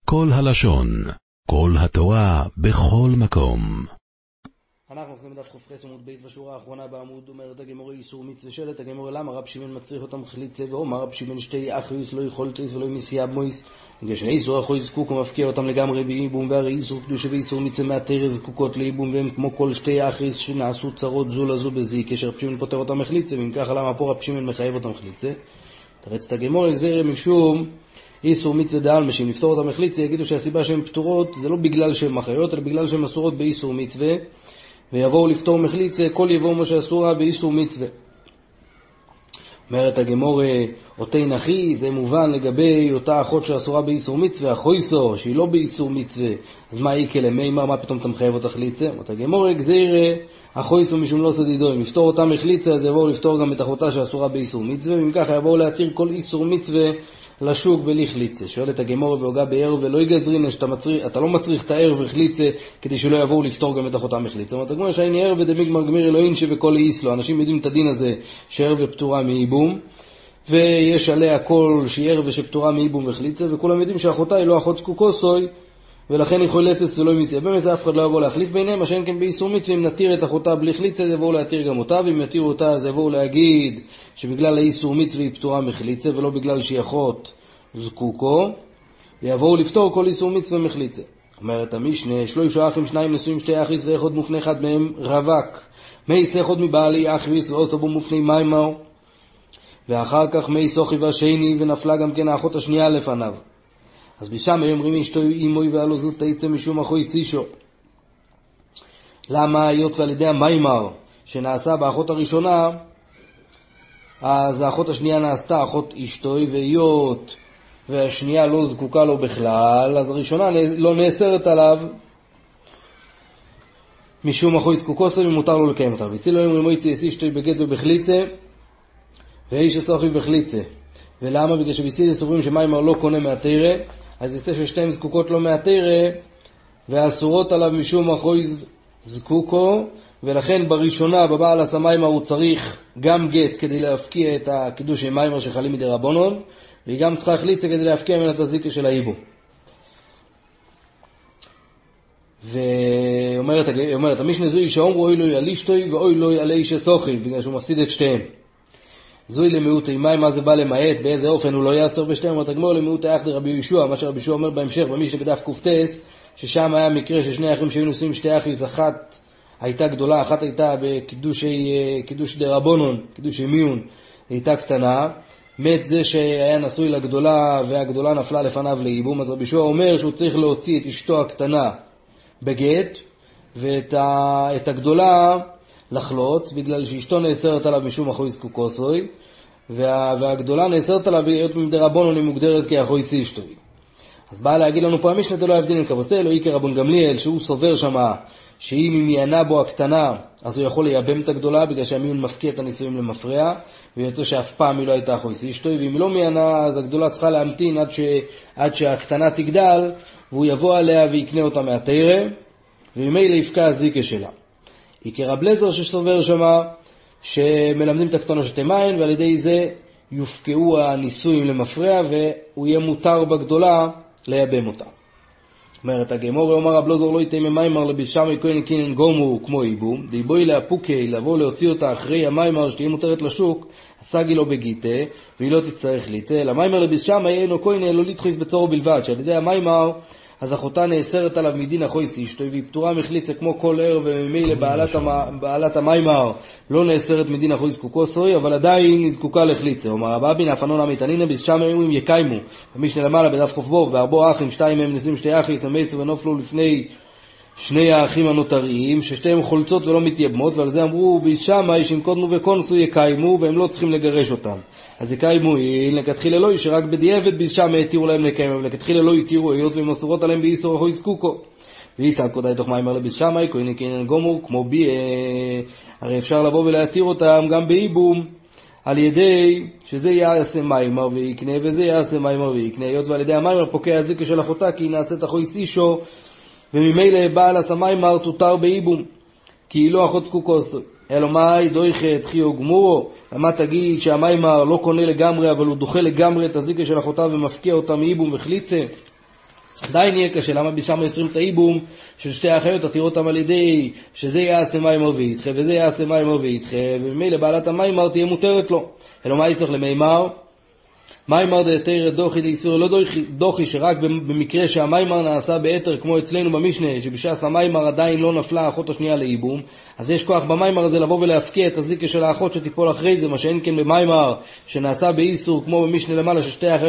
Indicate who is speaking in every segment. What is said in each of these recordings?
Speaker 1: כל הלשון, כל התורה, בכל מקום.
Speaker 2: אנחנו עושים בדף ח"ח עמוד בייס בשורה האחרונה בעמוד. אומרת הגמורה איסור מצווה שלט. הגמורה למה רב שמעון מצריך אותם חליצה, ואומר רב שמעון שתי אחריוס לא יכול צריס ולא מסייב מויס, בגלל שהאיסור אחוי זקוק ומפקיע אותם לגמרי באיבום, והרי איסור קדושה ואיסור מצווה מהתרא זקוקות לאיבום, והם כמו כל שתי אחריוס שנעשו צרות זו לזו בזי, כאשר רב שמעון פותר אותם חליצה. ואם ככה למה פה רב שמעון מחייב אותם חליצה? תרץ את הגמורה גזירה משום איסור מצווה דעלמא, שאם נפתור אותם חליצה יגידו שהסיבה שהן פטורות זה לא בגלל שהן מחיות, אלא בגלל שהן אסורות באיסור מצווה, ויבואו לפתור מחליצה כל יבוא מה שאסורה באיסור מצווה. אומרת הגמורה אותי נחי, זה מובן לגבי אותה אחות שאסורה באיסור מצווה, החויסו שהיא לא באיסור מצווה, אז מה היא כלמימר, מה פתאום אתה מחייב אותה חליצה? אומרת הגמורה גזירה החויסו משום לא סדידו, אם יפתור אותה מחליצה אז יבואו לפתור גם את אחותה שאסורה באיסור מצווה, ואם ככה יבואו להתיר כל איסור מצווה לשוק בלי חליצה. שואלת הגמורה והוגה בערב ולא יגזרין, אתה לא מצריך את הערב וחליצה כדי שלא יבואו לפתור גם את אחותם מחליצה. אומרת הגמורה שהייני ערב ודמיגמר גמיר אלוהין שבכל איסלו, אנשים יודעים את הדין הזה שערב פטורה מאיבום, ויש עליה כל שהיא ערב שפטורה מאיבום וחליצה, וכולם יודעים שאחותה היא לא אחות זקוקוסוי, ולכן היא חולצת ולא מסייע. במסע אף אחד לא יבוא להחליף ביניהם, מה שאין כן באיסור מצווה, אם נתיר את אחותה בלי חליצה, זה יבואו להתיר גם אותה, ואם יתירו אותה, זה יבואו להגיד שבגלל האיסור מצווה היא פטורה מחליצה, ולא בגלל שהיא אחות זקוקו, ויבואו לפתור כל איסור מצווה מחליצה. אומרת המשנה, שלושה אחים שניים נשואים שתי אחיס, ואחד מופנה אחד מהם רווק. מייס אחד מבעלי אחיס, ועושו בו מופני מיימר, ואחר כך מייס אחיו השני, ונפלה גם כן האחות השנייה לפניו. אז בשם אומרים אשתו אימוי ועלו זאת תיצא משום אחוי סישו. למה? היות ועל ידי המיימר שנעשה באחות הראשונה, אז האחות השנייה נעשתה אחות אשתוי, והיות והשנייה לא זקוקה לו בכלל, אז הראשונה לא נאסרת עליו משום אחוי זקוקוסו, ומותר לו לקיים אותה. וסילו אומרים מויצי אסי אשתוי בגט ובחליצה, ואיש אסוכי בחליצה. ולמה? בגלל שבסידי סוברים שמיימר לא קונה מהתרא, אז יסתה ששתיים זקוקות לו מהתרא, והאסורות עליו משום אחוי זקוקו, ולכן בראשונה בבעל עשה מיימר הוא צריך גם גט כדי להפקיע את הקידוש עם מיימר שחלים מדי רבונון, והיא גם צריכה חליצה כדי להפקיע מן התזיקה של האיבו. ואומרת המשנה זוהי שאומרו אוי לוי על אשתוי ואוי לוי על איש אסוכי, בגלל שהוא מפסיד את שתיהם. זוהי למיעוט אימי, מה זה בא למעט, באיזה אופן הוא לא יאסר בשתיהם. אומרת הגמור למיעוט האחד רבי יהושע, מה שרבי יהושע אומר בהמשך במשנה בדף קופטס, ששם היה מקרה ששני אחים שהיו נשואים שתי אחיס, אחת הייתה גדולה, אחת הייתה בקידוש דרבונון, קידוש מיון, הייתה קטנה. מת זה שהיה נשוי לגדולה והגדולה נפלה לפניו לאיבום, אז רבי יהושע אומר שהוא צריך להוציא את אשתו הקטנה בגט, ואת הגדולה לחלוץ, בגלל שאשתו נאסרת עליו משום אחוי זקוקוסוי, והגדולה נאסרת עליו היות מדרבונון היא מוגדרת כאחוי סישתוי. אז בא להגיד לנו פה המשנה לא יבדין כבוסה, לא יקר רבון גמליאל, שהוא סובר שמה שאם היא מיינה בו הקטנה, אז הוא יכול לייבם את הגדולה, בגלל שהמיון מפקיע את הנישואים למפרע, ויוצא שאף פעם היא לא הייתה אחוי סישתוי, ואם היא לא מיינה, אז הגדולה צריכה להמתין עד שהקטנה תגדל, והוא יבוא עליה ויקנה אותה מהתרא, וממילא יפקע הזיקה שלה. יקר רב לזר שסובר שמה שמלמדים את הקטנה שתי מים, ועל ידי זה יופקעו הנישואים למפרע, והוא יהיה מותר בגדולה לייבם אותה. אומרת הגמורה, אומר רב לזר לא יתאם מיימר לבשמי כהן קינן גומו כמו איבום, דיבוי להפוקי לבוא להוציא אותה אחרי המיימר שתהיה מותרת לשוק, הסגי לו בגיטה והיא לא תצטרך ליצא. למיימר לבשמי אינו כהן לא לתחיס בצורו בלבד, שעל ידי המיימר אז אחותה נאסרת עליו מדין אחוי סישתוי, והיא פטורה מחליצה כמו כל ערב, וממילא בעלת המיימר לא נאסרת מדין אחוי זקוקוסוי, אבל עדיין היא זקוקה לחליצה. אומר רבא בין אפנון המתנינא בשם הימים יקיימו, המשנה למעלה בדף ח"ב, וארבעה אחים שתיים מהם נשואים שתי אחיס, המייסו ונופלו לפני שני האחים הנותריים, ששתיהם חולצות ולא מתייבמות, ועל זה אמרו בשמאי שהם קודמו וקונסו יקיימו, והם לא צריכים לגרש אותם. אז יקיימו לכתחילה לא, שרק בדיעבד בשמאי התירו להם לקיים, אבל לכתחילה לא התירו, היות והם אסורות עליהם באיסור אחוי זקוקו. ואיסד קודאי תוך מיימר לבשמאי, כהן קינן גומו, כמו בי, הרי אפשר לבוא ולהתיר אותם גם באיבום, על ידי שזה יעשה מיימר ויקנה, וזה יעשה מיימר ויקנה, היות ועל ידי המיימר פוקע הזיקה של אחותה, כי היא נעשית אחוי סישו, וממילא בעל הסמיימר תותר באיבום, כי היא לא אחות זקוקוסוי. אלו מאי דויכת חיו גמורו, למה תגיד שהמיימר לא קונה לגמרי, אבל הוא דוחה לגמרי את הזיקה של אחותה ומפקיע אותה מאיבום וחליצה? עדיין יהיה קשה, למה בשם 20 את האיבום של שתי האחיות עתיר אותם על ידי שזה יעשה מיימר ויתחה וזה יעשה מיימר ויתחה, וממילא בעלת המיימר תהיה מותרת לו. אלא מה יסלח למיימר? מיימר דהתר דוחי דאיסור, לא דוחי שרק במקרה שהמיימר נעשה ביתר כמו אצלנו במשנה, שבשעס המיימר עדיין לא נפלה האחות השנייה לאיבום, אז יש כוח במיימר הזה לבוא ולהפקיע את הזיקה של האחות שתיפול אחרי זה, מה שאין כן במיימר שנעשה באיסור כמו במשנה למעלה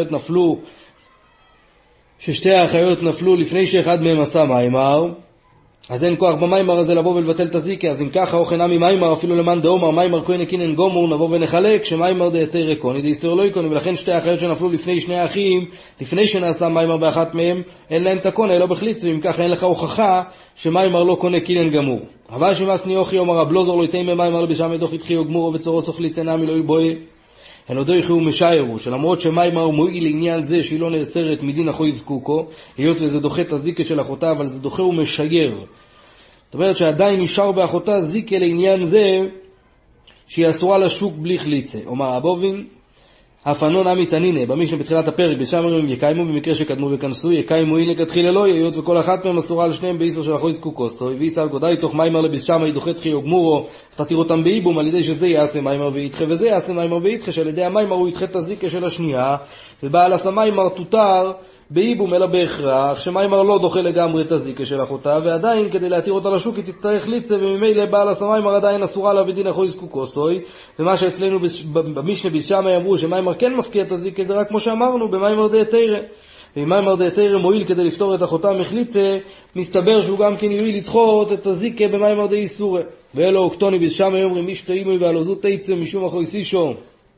Speaker 2: ששתי האחיות נפלו לפני שאחד מהם עשה מיימר, אז אין כוח במיימר הזה לבוא ולבטל את הזיקה. אז אם ככה אוכנה ממיימר אפילו למען דאומר מיימר כהן הקינן גומור, נבוא ונחלק שמיימר דהתר קוני דאיסור לא יקוני, ולכן שתי האחיות שנפלו לפני שני האחים לפני שנעשה מיימר באחת מהם אין להם תקון אלא בחליץ, ואם ככה אין לך הוכחה שמיימר לא קונה קינן גמור. אבל שמאס ניוחי אומר הבלוזור לא יתאים ממיימר לבשם דוח יתחי או גמור וצורו סוכליץ אינם לא ילבוי אלא דויכי ומשיירו, שלמרות שמיימר מועיל לעניין זה שהיא לא נאסרת מדין אחוי זקוקו, היות וזה דוחה את הזיקה של אחותה, אבל זה דוחה ומשייר. זאת אומרת שעדיין נשאר באחותה זיקה לעניין זה שהיא אסורה לשוק בלי חליצה. אומר הבובין, הפנון עמי תנינה, במשנה בתחילת הפרק, בשם אומרים יקיימו, במקרה שקדמו וכנסו, יקיימו אין לכתחיל אלוהי, היות וכל אחת מהם אסורה על שניהם באיסור של אחוי זקוקו. ואיסה על גודאי תוך מיימר לבשם, היא דוחה תחי או גמורו, תתיר אותם באיבום, על ידי שזה יעשה מיימר ויתחה, וזה יעשה מיימר ויתחה, שעל ידי המיימר הוא יתחה את הזיקה של השנייה, ובעל עשה מיימר תותר באיבום אלא בהכרח, שמיימר לא דוחה לגמרי את הזיקה של אחותה, ועדיין כדי להתיר אותה לשוק היא תצטרך ליצה, וממילא בעל עשה מיימר עדיין אסורה לה בדין אחוי זקוקו סוי. ומה שאצלנו במשנה בשם אמרו שמיימר כן מפקיע את הזיקה, זה רק כמו שאמרנו במיימר דהתר. ואם מיימר דהתר מועיל כדי לפתור את אחותה מחליצה, מסתבר שהוא גם כן יועיל לדחות את הזיקה במיימר דאיסורה. ואלו אוקטוני בשם אומרים מישתו אימוי ועלוזות תיצה משום אחוי סישו,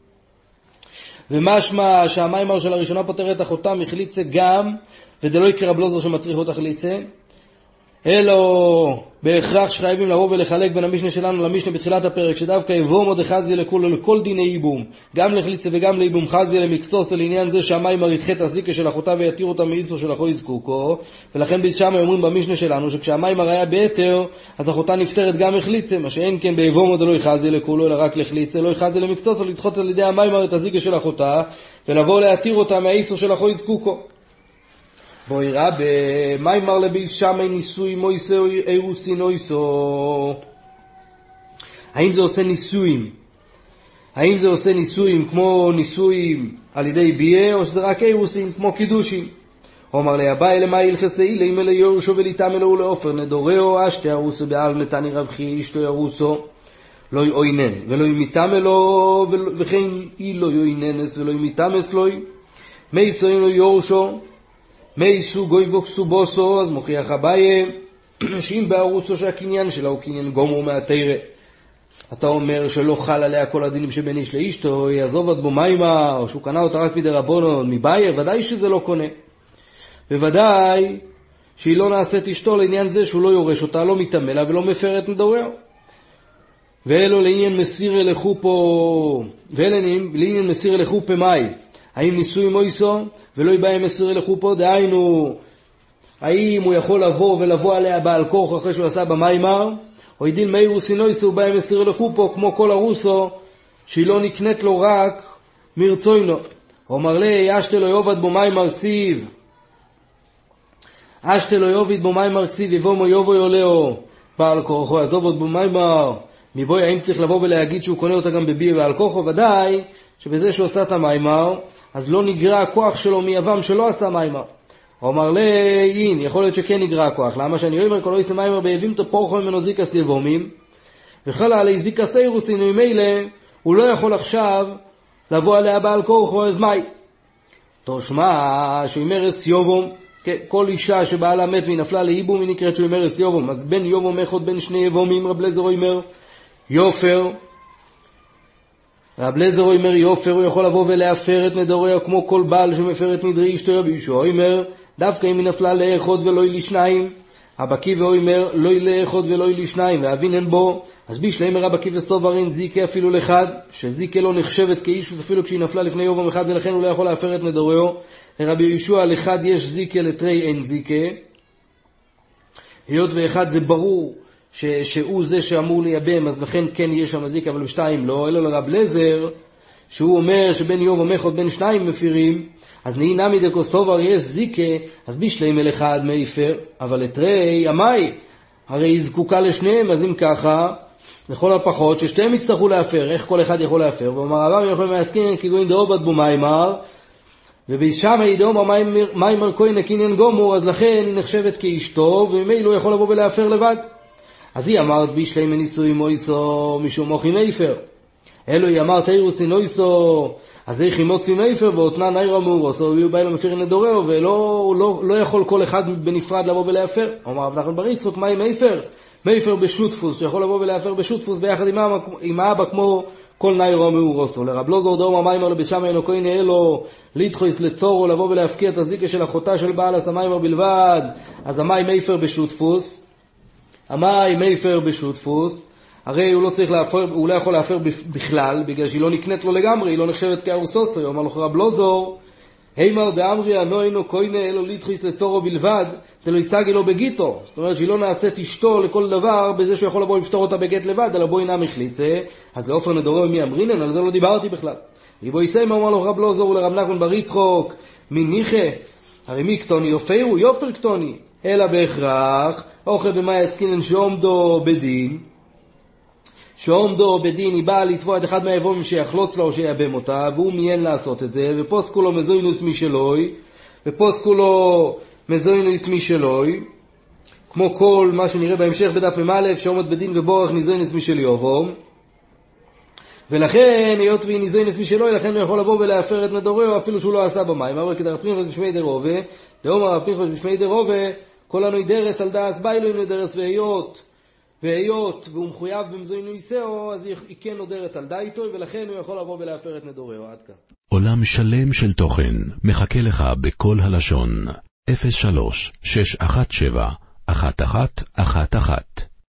Speaker 2: ומשמע שהמיימר של הראשונה פותר את אחותה מחליצה גם, וזה לא יקרה בלוזר שמצריך אותה חליצה, אלו בהכרח שחייבים לבוא ולחלק בין המשנה שלנו למשנה בתחילת הפרק, שדווקא יבוא מוד חזיה לכל דיני איבום, גם לחליצה וגם לאיבום חזיה למקצוץ, לעניין זה שהמיימר ידחה את הזיקה של אחותה ויתיר אותה מאיסור של אחוי זקוקו. ולכן בשם אומרים במשנה שלנו שכשהמיימר היה ביתר אז אחותה נפטרת גם מחליצה, מה שאין כן ביבוא מוד לא חזיה לכולו אלא רק לחליצה, לא חזיה למקצוץ, ולדחות על ידי המיימר את הזיקה של אחותה ולבוא להתיר אותה מהאיסור של אחוי זקוקו. בואי ראה במיימר לביס שמי ניסוי מויסה או אירוסי נויסו, האם זה עושה ניסויים? האם זה עושה ניסויים כמו ניסויים על ידי ביה, או שזה רק אירוסים כמו קידושים? אומר לי הבאי למה ילחסה אילה אם אלה יורשו וליתם אלו לאופר נדורהו אשתי ארוסו בעל מתני רבחי אשתו ארוסו לא יאוינן ולא ימיתם אלו וכן אי לא יאויננס ולא ימיתם אסלוי מייסו אין לו יורשו מייסו גוי בוקסו בוסו. אז מוכיח הבאי שאם בארוסו שהקניין שלה הוא קניין גומר מהתירה, אתה אומר שלא חל עליה כל הדינים שבין איש לאשתו, יעזוב עד בו מיימה, או שהוא קנה אותה רק מדי רבונון מבאי, ודאי שזה לא קונה, בוודאי שהיא לא נעשית אשתו לעניין זה שהוא לא יורש אותה, לא מתעמלה ולא מפר את נדוריה. ואלו לעניין מסיר אלכו פה, ולעניין מסיר אלכו פה מאי, האם ניסוי מויסו ולא יבא מסיר אלכו פה, דהיינו האם הוא יכול לבוא עליה בעל כוח אחרי שהוא עשה במיימר, או ידיל מאירו סינויסו הוא בא מסיר אלכו פה כמו כל הרוסו שהיא לא נקנית לו רק מרצוינו. אומר לי אשתלו יובד בו מיימר ציב, אשתלו יובד בו מיימר ציב יבוא מו יובו יולאו בעל כוחו עזוב עוד בו מיימר מבוי. האם צריך לבוא ולהגיד שהוא קונה אותה גם בבי ועל כוחו? ודאי שבזה שהוא עשה את המיימר אז לא נגרע הכוח שלו מיבם שלא עשה מיימר. אומר לי אין, יכול להיות שכן נגרע הכוח. למה שאני אומר כל אויסי מיימר ביבים תפורחו ממנו זיקס יבומים וחלה עלי זיקס אירוסין, וממילא הוא לא יכול עכשיו לבוא עליה בעל כוחו. אז מי תושמע שאימרס יובום, כל אישה שבעלה מת והיא נפלה לאיבום היא נקראת שאימרס יובום. אז בין יובום אחד בין שני יבומים רב לזר אומר יופר, רב לזר אומר יופר, הוא יכול לבוא ולהפר את נדוריה כמו כל בעל שמפר את נדרי אשתו. רבי יהושע אומר דווקא אם היא נפלה לאחד ולא לשניים, הבקי ואומר לא לאחד ולא לשניים ואבין אין בו, אז בישלמר הבקי וסוברין זיקה אפילו לאחד, שזיקה לא נחשבת כאיש אפילו כשהיא נפלה לפני יום אחד, ולכן הוא לא יכול להפר את נדוריה. לרבי יהושע לאחד יש זיקה, לתרי אין זיקה, היות ואחד זה ברור שהוא זה שאמור לייבם, אז לכן כן יש שם זיקה, אבל בשתיים לא. אלא לרב לזר שהוא אומר שבין יום ומחוד בין שניים מפירים, אז נהי נמי דקו סובר יש זיקה, אז בשלם אל אחד מפר, אבל לתרי המאי, הרי היא זקוקה לשניהם, אז אם ככה, לכל הפחות, ששתיהם יצטרכו להפר, איך כל אחד יכול להפר? ואומר רבם יכול מהסכין כגוין דאובד בו מיימר, ובשם ידעום מיימר כהן הקניין גומור, אז לכן היא נחשבת כאשתו, וממילא הוא יכול לבוא ולהפר לבד. אז היא אמרת בישלם נישואי מויסו משום מוחי מייפר. אלו היא אמרת אירוס נינויסו, אז איך ימוצי מייפר ואותנה ניירה מאורוסו, ויהיו בא לו מפיר נדורהו, ולא לא יכול כל אחד בנפרד לבוא ולהפר. אומר רב נחמן בר יצחק, מהי מייפר? מייפר בשותפוס, שיכול לבוא ולהפר בשותפוס ביחד עם האבא כמו כל ניירה מאורוסו. לרב לוזור דאומר מיימר לבשם אינו כהן אלו לדחויס לצורו, לבוא ולהפקיע את הזיקה של אחותה של בעל הסמיימר בלבד. אז המאי מייפר בשותפוס, המאי מייפר בשותפוס, הרי הוא לא צריך להפר, הוא לא יכול להפר בכלל, בגלל שהיא לא נקנית לו לגמרי, היא לא נחשבת כארוסוסו. אומר לו רב לוזור, הימר דאמרי אנו אינו כהן אלו לדחויס לצורו בלבד, זה לא ישגי לו בגיטו. זאת אומרת שהיא לא נעשית אשתו לכל דבר בזה שהוא יכול לבוא לפתור אותה בגט לבד, אלא בו אינה מחליצה. אז לאופן נדורהו מי אמרינן, על זה לא דיברתי בכלל. יבוא יסיימה, אומר לו רב לוזור ולרב נחמן בר יצחק, מניחה, הרי מי קטוני יופרו, יופר קטוני, אלא בהכרח, אוכל במה יסקינן שעומדו בדין, שעומדו בדין היא באה לתבוע את אחד מהיבומים שיחלוץ לה או שיאבם אותה, והוא מיין לעשות את זה, ופוסקו לו מזוינוס משלוי, כמו כל מה שנראה בהמשך בדף ממלף, שעומד בדין ובורך ניזוינס משל יובום, ולכן, היות והיא ניזוינס משלוי, לכן הוא יכול לבוא ולהפר את נדורהו, אפילו שהוא לא עשה במים. אבל כדר פרינחוס בשמי דרובה, דאומר פרינחוס בשמי דרובה, כל לנו ידרס על דעס ביילוין ידרס והיות והוא מחויב במזוינו יסאו, אז היא כן נודרת על דייתו, ולכן הוא יכול לבוא ולהפר את נדורהו. עד כאן.
Speaker 1: עולם שלם של תוכן מחכה לך בכל הלשון. 03-617-1111